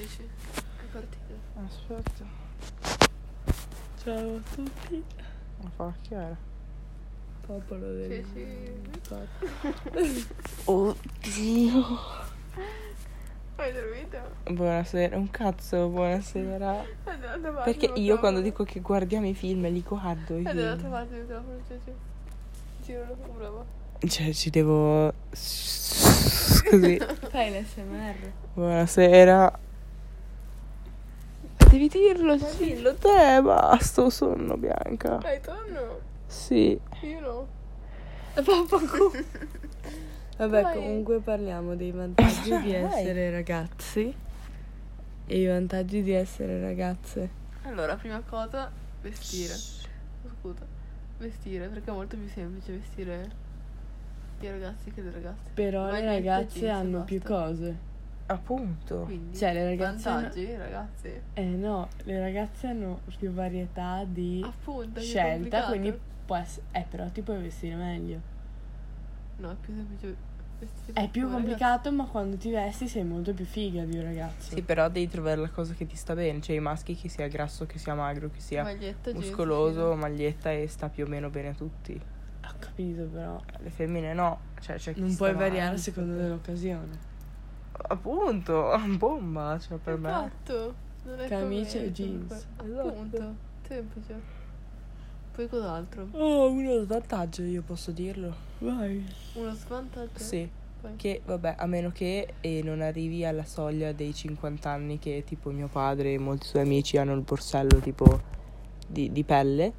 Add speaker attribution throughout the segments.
Speaker 1: Sì. È partito.
Speaker 2: Aspetta.
Speaker 1: Ciao a tutti.
Speaker 2: Ma fa chiaro.
Speaker 1: Popolo del...
Speaker 2: Sì. Oddio.
Speaker 1: Hai dormito?
Speaker 2: Buonasera. Un cazzo, buonasera. Perché io quando dico che guardiamo i film li guardo.
Speaker 1: È dall'altra parte del microfono, Giro lo bravo.
Speaker 2: Cioè, ci devo... Così.
Speaker 1: Fai l'SMR.
Speaker 2: Buonasera.
Speaker 1: Devi dirlo, sì.
Speaker 2: Dillo te, basta, sonno Bianca.
Speaker 1: Hai tonno?
Speaker 2: Sì.
Speaker 1: Io no.
Speaker 3: Vabbè,
Speaker 1: Vai.
Speaker 3: comunque parliamo dei vantaggi di essere ragazzi e i vantaggi di essere ragazze.
Speaker 1: Allora, prima cosa, vestire. Scusa. Vestire, perché è molto più semplice vestire i ragazzi che le ragazze.
Speaker 3: Però le
Speaker 1: Magliette,
Speaker 3: ragazze
Speaker 1: jeans,
Speaker 3: hanno
Speaker 1: basta.
Speaker 3: più cose.
Speaker 1: Quindi,
Speaker 3: Cioè, le ragazze
Speaker 1: vantaggi, ragazzi.
Speaker 3: No, le ragazze hanno più varietà di
Speaker 1: Appunto, che
Speaker 3: scelta,
Speaker 1: complicato.
Speaker 3: quindi può essere... però ti puoi vestire meglio.
Speaker 1: No, è più semplice vestire.
Speaker 3: È più
Speaker 1: come
Speaker 3: complicato, ma quando ti vesti sei molto più figa di un ragazzo.
Speaker 2: Sì, però devi trovare la cosa che ti sta bene. Cioè, i maschi, che sia grasso, che sia magro, che sia
Speaker 1: maglietta, jeans,
Speaker 2: muscoloso,
Speaker 1: sì.
Speaker 2: maglietta, e sta più o meno bene a tutti.
Speaker 3: Ho capito, però
Speaker 2: Le femmine no. Cioè, c'è chi
Speaker 3: non
Speaker 2: sta
Speaker 3: puoi variare a
Speaker 2: male,
Speaker 3: seconda
Speaker 2: c'è-
Speaker 3: dell'occasione.
Speaker 2: Appunto, bomba, cioè per me.
Speaker 1: Esatto. Non è
Speaker 3: Camicia
Speaker 1: come-
Speaker 3: e jeans.
Speaker 1: Appunto. Semplice. Poi cos'altro?
Speaker 2: Oh, uno svantaggio, io posso dirlo.
Speaker 3: Vai.
Speaker 1: Uno svantaggio?
Speaker 2: Sì.
Speaker 1: Poi.
Speaker 2: Che, vabbè, a meno che non arrivi alla soglia dei 50 anni, che tipo mio padre e molti suoi amici hanno il borsello tipo di pelle,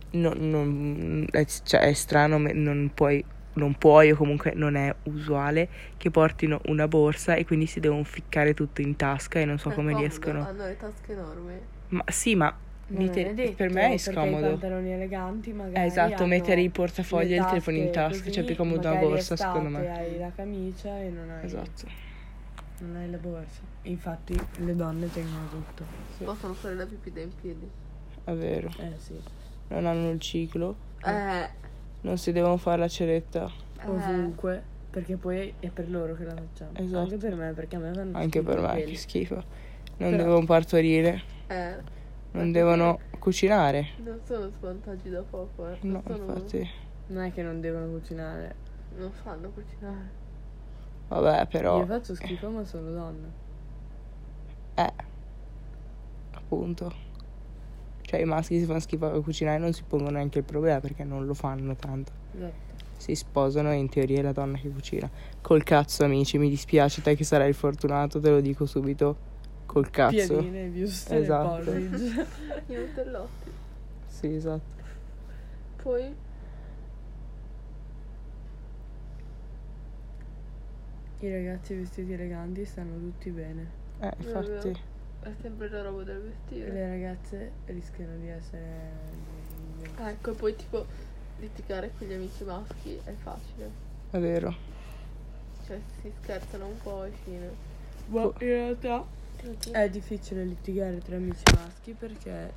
Speaker 2: cioè, è strano, non puoi o comunque non è usuale che portino una borsa e quindi si devono ficcare tutto in tasca e non so
Speaker 1: È
Speaker 2: come
Speaker 1: comodo,
Speaker 2: riescono.
Speaker 1: hanno le tasche enormi.
Speaker 2: Ma sì, ma
Speaker 3: Ma non è detto,
Speaker 2: per me è
Speaker 3: perché i
Speaker 2: scomodo.
Speaker 3: pantaloni eleganti magari
Speaker 2: Esatto,
Speaker 3: hanno
Speaker 2: mettere i portafogli e
Speaker 3: le
Speaker 2: il telefono in
Speaker 3: tasche
Speaker 2: tasca,
Speaker 3: così,
Speaker 2: cioè più comodo una
Speaker 3: magari
Speaker 2: borsa, secondo
Speaker 3: estate
Speaker 2: me.
Speaker 3: hai la camicia e non hai,
Speaker 2: Esatto.
Speaker 3: non hai la borsa. Infatti le donne tengono tutto.
Speaker 2: Sì.
Speaker 1: Possono fare la pipì in piedi.
Speaker 2: È vero.
Speaker 3: Sì.
Speaker 2: Non hanno il ciclo,
Speaker 1: Eh.
Speaker 2: non si devono fare la ceretta.
Speaker 3: Ovunque, perché poi è per loro che la facciamo.
Speaker 2: Esatto.
Speaker 3: Anche per me, perché a me vanno
Speaker 2: Anche
Speaker 3: schifo
Speaker 2: per
Speaker 3: i
Speaker 2: me,
Speaker 3: capelli.
Speaker 2: che schifo. Non
Speaker 3: Però-
Speaker 2: devono partorire, non devono cucinare.
Speaker 1: Non sono svantaggi da poco, eh.
Speaker 2: No,
Speaker 1: Non sono-
Speaker 2: infatti.
Speaker 3: Non è che non devono cucinare.
Speaker 1: Non sanno cucinare.
Speaker 2: Vabbè, però.
Speaker 3: Io faccio schifo, ma sono donna.
Speaker 2: Appunto. Cioè, i maschi si fanno schifo a cucinare, non si pongono neanche il problema perché non lo fanno tanto.
Speaker 3: Esatto.
Speaker 2: Si sposano e in teoria è la donna che cucina. Col cazzo, amici, mi dispiace, te che sarai il fortunato, te lo dico subito. Col cazzo.
Speaker 3: Piadine, viuste,
Speaker 2: Esatto.
Speaker 3: porridge.
Speaker 1: Io utellotti.
Speaker 2: Sì, esatto.
Speaker 1: Poi
Speaker 3: I ragazzi vestiti eleganti stanno tutti bene.
Speaker 2: Infatti.
Speaker 1: è sempre la roba del
Speaker 3: E
Speaker 1: vestire.
Speaker 3: le ragazze rischiano di essere...
Speaker 1: Ecco, e poi tipo litigare con gli amici maschi è facile.
Speaker 2: È vero.
Speaker 1: Cioè si scherzano un po' e fine.
Speaker 3: Ma in realtà è difficile litigare tra amici maschi perché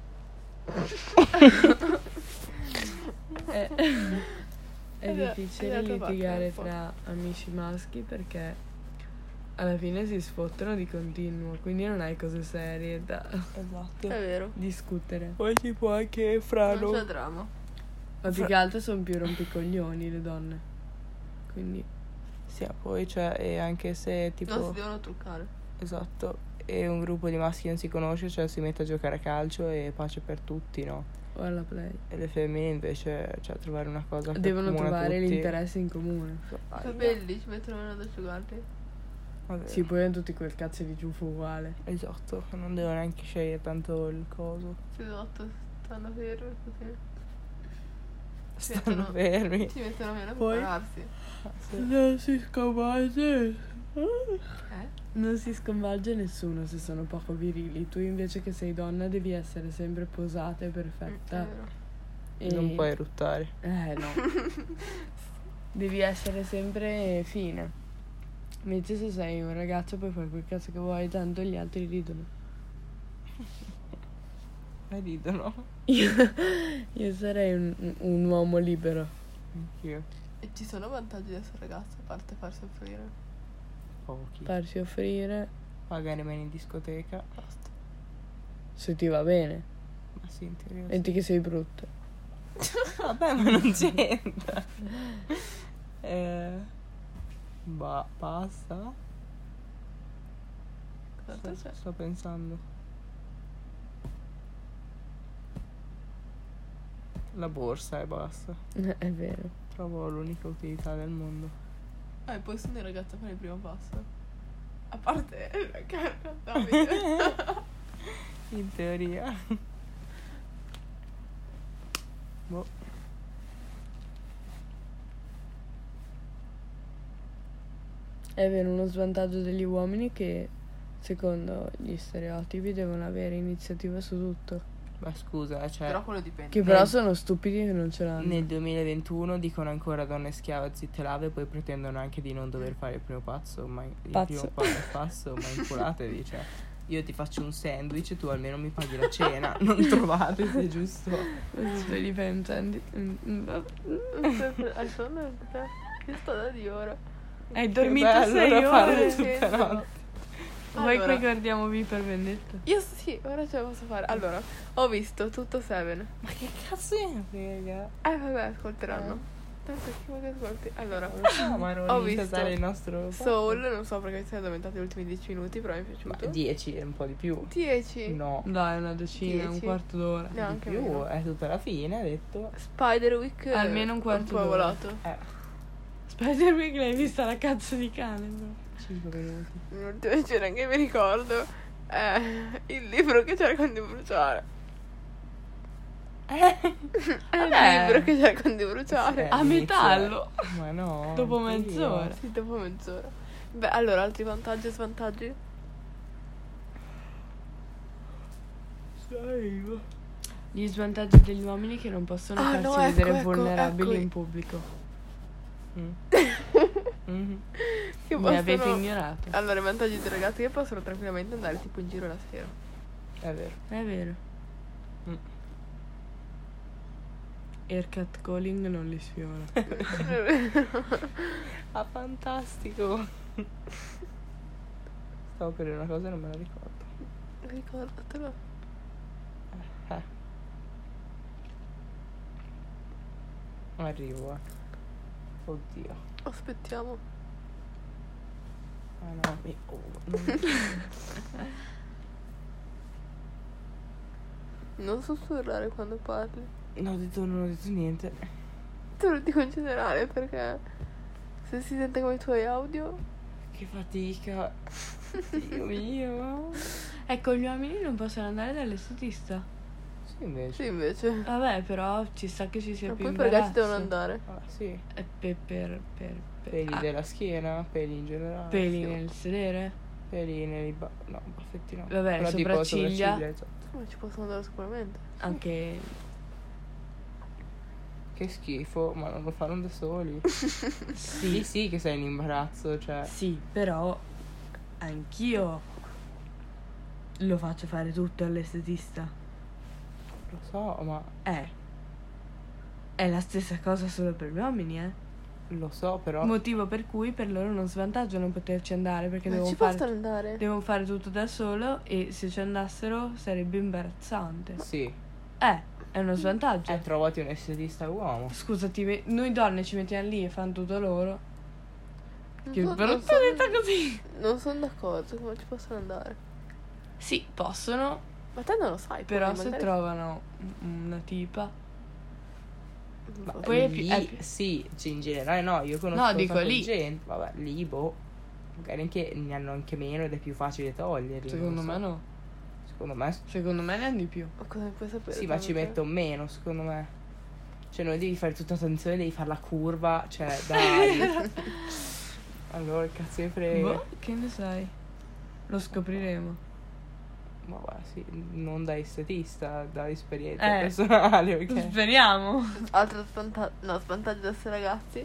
Speaker 3: è difficile litigare tra amici maschi perché alla fine si sfottono di continuo, quindi non hai cose serie da
Speaker 2: Esatto.
Speaker 1: È vero.
Speaker 3: discutere.
Speaker 2: Poi si può anche
Speaker 1: Non c'è dramma.
Speaker 3: Ma più che altro sono più rompicoglioni le donne. Quindi
Speaker 2: Sì, poi cioè, e anche se tipo.
Speaker 1: Non si devono truccare.
Speaker 2: Esatto. E un gruppo di maschi non si conosce, cioè si mette a giocare a calcio e pace per tutti, no?
Speaker 3: o alla play.
Speaker 2: E le femmine invece, cioè, trovare una cosa che
Speaker 3: Devono
Speaker 2: accomuna
Speaker 3: trovare
Speaker 2: tutti.
Speaker 3: l'interesse in comune.
Speaker 1: I capelli ci mettono meno ad asciugarli.
Speaker 2: Vabbè.
Speaker 3: Sì, poi hanno tutti quel cazzo di ciuffo uguale.
Speaker 2: Esatto, non devo neanche scegliere tanto il coso.
Speaker 1: Sì, esatto, stanno fermi così. Ci
Speaker 2: Stanno
Speaker 1: mettono-
Speaker 2: fermi.
Speaker 1: Ci mettono meno a
Speaker 3: Poi?
Speaker 1: prepararsi.
Speaker 2: Sì.
Speaker 3: Non si sconvolge.
Speaker 1: Eh?
Speaker 3: Non si sconvolge nessuno se sono poco virili. Tu invece che sei donna devi essere sempre posata e
Speaker 1: È
Speaker 3: perfetta.
Speaker 1: vero.
Speaker 3: E...
Speaker 2: Non puoi ruttare.
Speaker 3: No. Devi essere sempre fine. Invece se sei un ragazzo puoi fare quel cazzo che vuoi, tanto gli altri ridono.
Speaker 2: E ridono.
Speaker 3: Io sarei un uomo libero.
Speaker 2: Anch'io.
Speaker 1: E ci sono vantaggi di essere ragazza, a parte farsi offrire.
Speaker 2: Pochi.
Speaker 3: Farsi offrire.
Speaker 2: Magari meno in discoteca.
Speaker 1: Basta.
Speaker 3: Se ti va bene.
Speaker 2: Ma sì, in teoria sì.
Speaker 3: Metti che sei brutta.
Speaker 2: Vabbè, ma non c'entra. Basta.
Speaker 1: Cosa c'è?
Speaker 2: Sto pensando. La borsa e basta.
Speaker 3: È vero.
Speaker 2: Trovo l'unica utilità del mondo.
Speaker 1: E poi sono i ragazzi a fare il primo passo. A parte che Davide.
Speaker 2: In teoria. Boh.
Speaker 3: È vero, uno svantaggio degli uomini che, secondo gli stereotipi, devono avere iniziativa su tutto.
Speaker 2: Ma scusa, cioè.
Speaker 1: Però quello dipende.
Speaker 3: Che però sono stupidi che non ce l'hanno.
Speaker 2: Nel 2021 dicono ancora donne schiave zitte lave e poi pretendono anche di non dover fare il primo passo, ma passo, ma inculatevi, cioè io ti faccio un sandwich e tu almeno mi paghi la cena, non trovate se è giusto.
Speaker 3: Se li fai un
Speaker 1: Al sonno che sto da di ora.
Speaker 3: Hai dormito
Speaker 2: bello
Speaker 3: 6
Speaker 2: da fare
Speaker 3: ore.
Speaker 2: tutta notte.
Speaker 3: Vuoi
Speaker 1: Allora.
Speaker 3: che guardiamo V per Vendetta?
Speaker 1: Io sì, ora ce la posso fare. Allora, ho visto tutto Seven.
Speaker 2: Ma che cazzo è, frega?
Speaker 1: Vabbè, ascolteranno. Tanto chi vuoi che ascolti? Allora,
Speaker 2: Ma non
Speaker 1: ho
Speaker 2: inizia a
Speaker 1: visto
Speaker 2: stare il nostro
Speaker 1: Soul, non so perché siamo aumentati gli ultimi 10 minuti, però mi è
Speaker 2: Ma
Speaker 1: piaciuto.
Speaker 2: 10 è un po' di più.
Speaker 1: 10.
Speaker 2: No,
Speaker 3: Dai, una decina,
Speaker 1: 10.
Speaker 3: un quarto d'ora.
Speaker 1: Neanche
Speaker 2: di più,
Speaker 1: meno.
Speaker 2: è tutta la fine, ha detto.
Speaker 1: Spiderwick
Speaker 3: Almeno un quarto
Speaker 1: po'
Speaker 3: d'ora.
Speaker 1: volato.
Speaker 3: Spider-Man l'hai vista la cazzo di cane, bro.
Speaker 2: 5 minuti.
Speaker 1: L'ultima scena che mi ricordo è il libro che cercano di bruciare. È il libro che cercano di bruciare.
Speaker 3: A metallo.
Speaker 2: Ma no.
Speaker 3: Dopo
Speaker 2: Dio.
Speaker 3: mezz'ora.
Speaker 1: Sì, dopo mezz'ora. Beh, allora, altri vantaggi e svantaggi?
Speaker 3: Gli svantaggi degli uomini che non possono
Speaker 1: Ah,
Speaker 3: farsi
Speaker 1: no,
Speaker 3: vedere
Speaker 1: ecco,
Speaker 3: vulnerabili
Speaker 1: ecco.
Speaker 3: in pubblico.
Speaker 2: Mhm.
Speaker 1: Che
Speaker 3: Mi avete
Speaker 1: possono...
Speaker 3: ignorato.
Speaker 1: Allora, i vantaggi dei ragazzi che possono tranquillamente andare tipo in giro la sera.
Speaker 2: È vero.
Speaker 3: È vero.
Speaker 2: Mm.
Speaker 3: Air catcalling non li sfiora.
Speaker 2: Ah, fantastico. Stavo per dire una cosa e non me la ricordo.
Speaker 1: Ricordatelo.
Speaker 2: Arrivo, Oddio.
Speaker 1: Aspettiamo.
Speaker 2: Ah no,
Speaker 1: Non sussurrare quando parli.
Speaker 2: non ho detto niente.
Speaker 1: Te lo dico in generale perché se si sente come i tuoi audio.
Speaker 2: Che fatica. Dio mio.
Speaker 3: Ecco, gli uomini non possono andare dall'estetista.
Speaker 2: Sì, invece.
Speaker 1: Sì, invece.
Speaker 3: Vabbè, però ci sta che ci sia
Speaker 1: Ma
Speaker 3: più
Speaker 1: poi perché ci
Speaker 3: imbarazzo.
Speaker 1: devono andare?
Speaker 2: Ah, sì.
Speaker 3: E
Speaker 2: Peli
Speaker 3: ah,
Speaker 2: della schiena, peli in generale.
Speaker 3: peli
Speaker 2: Sì.
Speaker 3: nel sedere.
Speaker 2: Peli nei no, baffetti no.
Speaker 3: Vabbè,
Speaker 2: Però tipo
Speaker 3: sopracciglia.
Speaker 2: esatto.
Speaker 1: Ma ci possono andare sicuramente.
Speaker 3: Anche
Speaker 2: Che schifo, ma non lo fanno da soli.
Speaker 3: sì,
Speaker 2: Sì, che sei in imbarazzo, cioè.
Speaker 3: sì, però anch'io lo faccio fare tutto all'estetista.
Speaker 2: Lo so, ma
Speaker 3: È la stessa cosa solo per gli uomini,
Speaker 2: lo so, però.
Speaker 3: Motivo per cui per loro è uno svantaggio non poterci andare perché
Speaker 1: Ma
Speaker 3: devono
Speaker 1: ci
Speaker 3: fare,
Speaker 1: possono andare?
Speaker 3: devono fare tutto da solo e se ci andassero sarebbe imbarazzante.
Speaker 2: Sì.
Speaker 3: È uno svantaggio.
Speaker 2: Trovati un estetista uomo.
Speaker 3: Scusati, noi donne ci mettiamo lì e fanno tutto loro. Che
Speaker 1: Non
Speaker 3: brutta
Speaker 1: sono-
Speaker 3: detta così.
Speaker 1: Non sono d'accordo, come ci possono andare?
Speaker 3: Sì, possono,
Speaker 1: Ma te non lo sai.
Speaker 3: però
Speaker 1: poi,
Speaker 3: se
Speaker 1: magari-
Speaker 3: trovano una tipa.
Speaker 2: Ma
Speaker 3: Poi è più-
Speaker 2: lì,
Speaker 3: è più-
Speaker 2: sì, cioè, in generale no, io conosco
Speaker 3: No,
Speaker 2: un
Speaker 3: dico
Speaker 2: sacco di
Speaker 3: lì.
Speaker 2: gente. Vabbè, lì, boh. Magari anche ne hanno anche meno ed è più facile toglierli.
Speaker 3: Secondo
Speaker 2: non
Speaker 3: me
Speaker 2: so.
Speaker 3: no.
Speaker 2: Secondo me
Speaker 3: Ne hanno di più.
Speaker 1: Ma cosa mi puoi sapere?
Speaker 2: sì, ma ci
Speaker 1: te?
Speaker 2: metto meno, secondo me. Cioè, non devi fare tutta attenzione, devi fare la curva, cioè, dai. Allora, che cazzo ne frega.
Speaker 3: Boh, che ne sai? Lo scopriremo.
Speaker 2: Ma guarda, sì, non da estetista, da esperienza
Speaker 3: Eh.
Speaker 2: personale, ok?
Speaker 3: Speriamo.
Speaker 1: Altro svantaggio da essere ragazzi.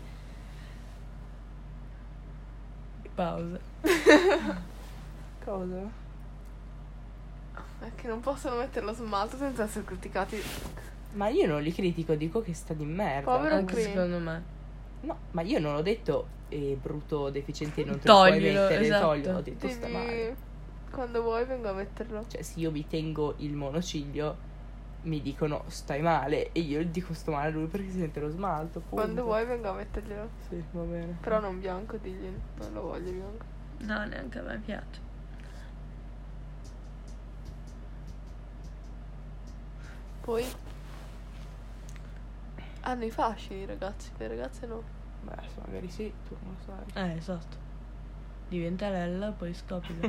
Speaker 3: Pausa.
Speaker 2: Cosa?
Speaker 1: È che non possono mettere lo smalto senza essere criticati.
Speaker 2: Ma io non li critico, dico che sta di merda.
Speaker 1: Povero
Speaker 3: Anche
Speaker 1: Cree.
Speaker 3: secondo me.
Speaker 2: No, ma io non ho detto brutto, deficiente, non te lo puoi
Speaker 3: Toglilo,
Speaker 2: mettere,
Speaker 3: esatto.
Speaker 2: toglio, ho detto sta male.
Speaker 1: Quando vuoi vengo a metterlo.
Speaker 2: Cioè, se io mi tengo il monociglio, mi dicono stai male. E io dico sto male a lui perché si sente lo smalto. Punto.
Speaker 1: Quando vuoi vengo a metterglielo.
Speaker 2: Sì, va bene.
Speaker 1: Però non bianco, digli. Non lo voglio bianco.
Speaker 3: No, neanche a me piace.
Speaker 1: Poi hanno i fascini, ragazzi. Le ragazze no.
Speaker 2: Beh, magari sì, tu non lo sai.
Speaker 3: Esatto. Diventa Lella, poi scopilo.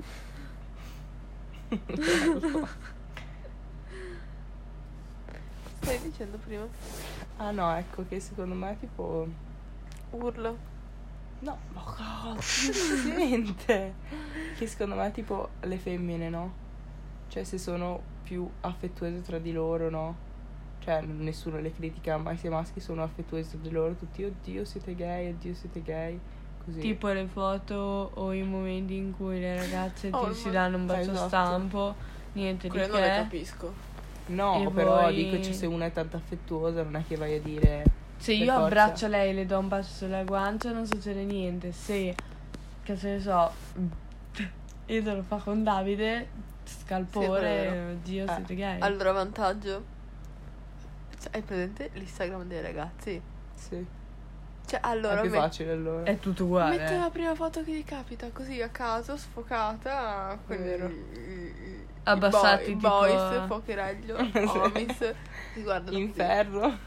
Speaker 1: Stai dicendo prima?
Speaker 2: Ah no, ecco che secondo me tipo...
Speaker 1: Urla.
Speaker 2: No, ma cosa si sente? Che secondo me tipo le femmine, no? Cioè se sono più affettuose tra di loro, no? Cioè nessuno le critica, ma se i maschi sono affettuosi tra di loro, tutti oddio siete gay, così.
Speaker 3: Tipo le foto o i momenti in cui le ragazze si danno un bacio
Speaker 2: esatto.
Speaker 3: stampo, niente
Speaker 1: Quello
Speaker 3: di
Speaker 1: non le
Speaker 3: che.
Speaker 1: capisco.
Speaker 2: No,
Speaker 3: E
Speaker 2: però
Speaker 3: voi-
Speaker 2: dico, cioè, se una è tanto affettuosa non è che vai a dire...
Speaker 3: Se
Speaker 2: per
Speaker 3: io
Speaker 2: forza.
Speaker 3: abbraccio lei e le do un bacio sulla guancia non succede niente. Se, che se ne so, io te lo fa con Davide,
Speaker 1: Sì,
Speaker 3: scalpore,
Speaker 1: quello
Speaker 3: oddio siete gay.
Speaker 1: Allora, vantaggio. Cioè, hai presente l'Instagram dei ragazzi?
Speaker 2: Sì,
Speaker 1: Cioè,
Speaker 2: è
Speaker 1: allora
Speaker 2: più facile allora.
Speaker 3: È tutto uguale.
Speaker 1: metti la prima foto che ti capita così a caso, sfocata.
Speaker 2: Vero.
Speaker 3: Abbassati,
Speaker 1: i
Speaker 3: tipo-
Speaker 1: boys, fuochereglio, homies. Ti guardano
Speaker 2: Inferno.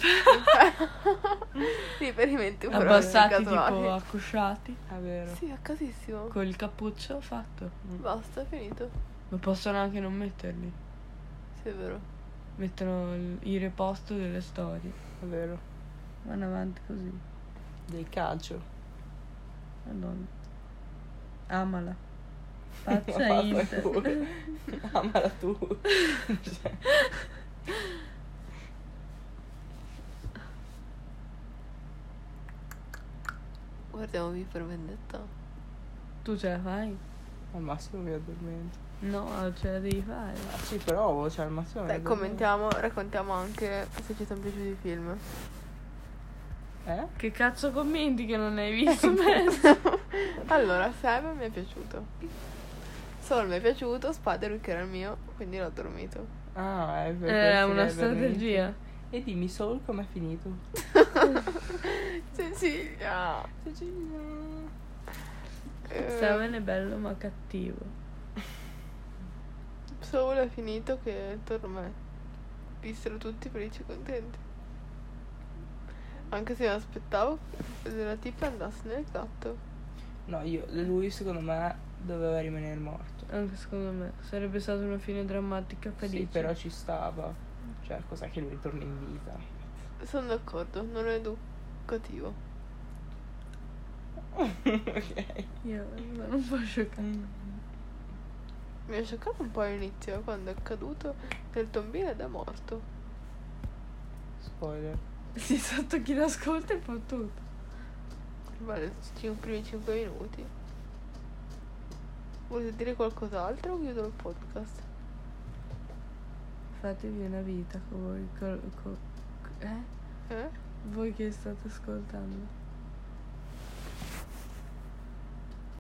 Speaker 1: riferimenti però
Speaker 3: Abbassati,
Speaker 1: casuali.
Speaker 3: tipo accusciati,
Speaker 2: È vero.
Speaker 1: Sì, a casissimo.
Speaker 3: con il cappuccio fatto.
Speaker 1: Basta, è finito.
Speaker 3: Ma possono anche non metterli.
Speaker 1: Sì, è vero.
Speaker 3: Mettono il reposto delle storie.
Speaker 2: È vero.
Speaker 3: Vanno avanti così.
Speaker 2: Del calcio.
Speaker 3: Madonna. Amala. Pazza
Speaker 2: Vaffanculo.
Speaker 3: Inter.
Speaker 2: Amala tu. Cioè,
Speaker 1: Guardiamo V per Vendetta.
Speaker 3: Tu ce la fai?
Speaker 2: al massimo mi addormento.
Speaker 3: No, ce la devi fare.
Speaker 2: Ah, sì, però, cioè, al massimo mi
Speaker 1: Dai,
Speaker 2: addormento.
Speaker 1: raccontiamo anche se ci sono piaciuti i film.
Speaker 3: Che cazzo commenti che non hai visto me?
Speaker 1: Allora, Seven mi è piaciuto. Soul mi è piaciuto, Spider che era il mio, quindi l'ho dormito.
Speaker 2: Ah, è per
Speaker 3: Era
Speaker 2: questo
Speaker 3: una
Speaker 2: che hai dormito.
Speaker 3: strategia.
Speaker 2: E dimmi, Soul com'è finito?
Speaker 1: Cecilia.
Speaker 3: Seven è bello ma cattivo.
Speaker 1: Soul è finito che torna a me. Vissero tutti felici e contenti. Anche se mi aspettavo che la tipa andasse nel gatto.
Speaker 2: No, lui secondo me doveva rimanere morto.
Speaker 3: Anche secondo me. Sarebbe stata una fine drammatica felice.
Speaker 2: Sì, però ci stava. Cioè, cos'è che lui ritorna in vita?
Speaker 1: Sono d'accordo, non è educativo.
Speaker 2: Ok.
Speaker 3: Io sono un po' scioccata.
Speaker 1: Mi ha scioccato un po' all'inizio quando è caduto nel tombino ed è morto.
Speaker 2: Spoiler.
Speaker 3: Sì, sotto chi l'ascolta è fottuto.
Speaker 1: Vale, i primi 5 minuti. Volete dire qualcos'altro o chiudo il podcast?
Speaker 3: Fatevi una vita con voi. Eh?
Speaker 1: Eh?
Speaker 3: Voi che state ascoltando.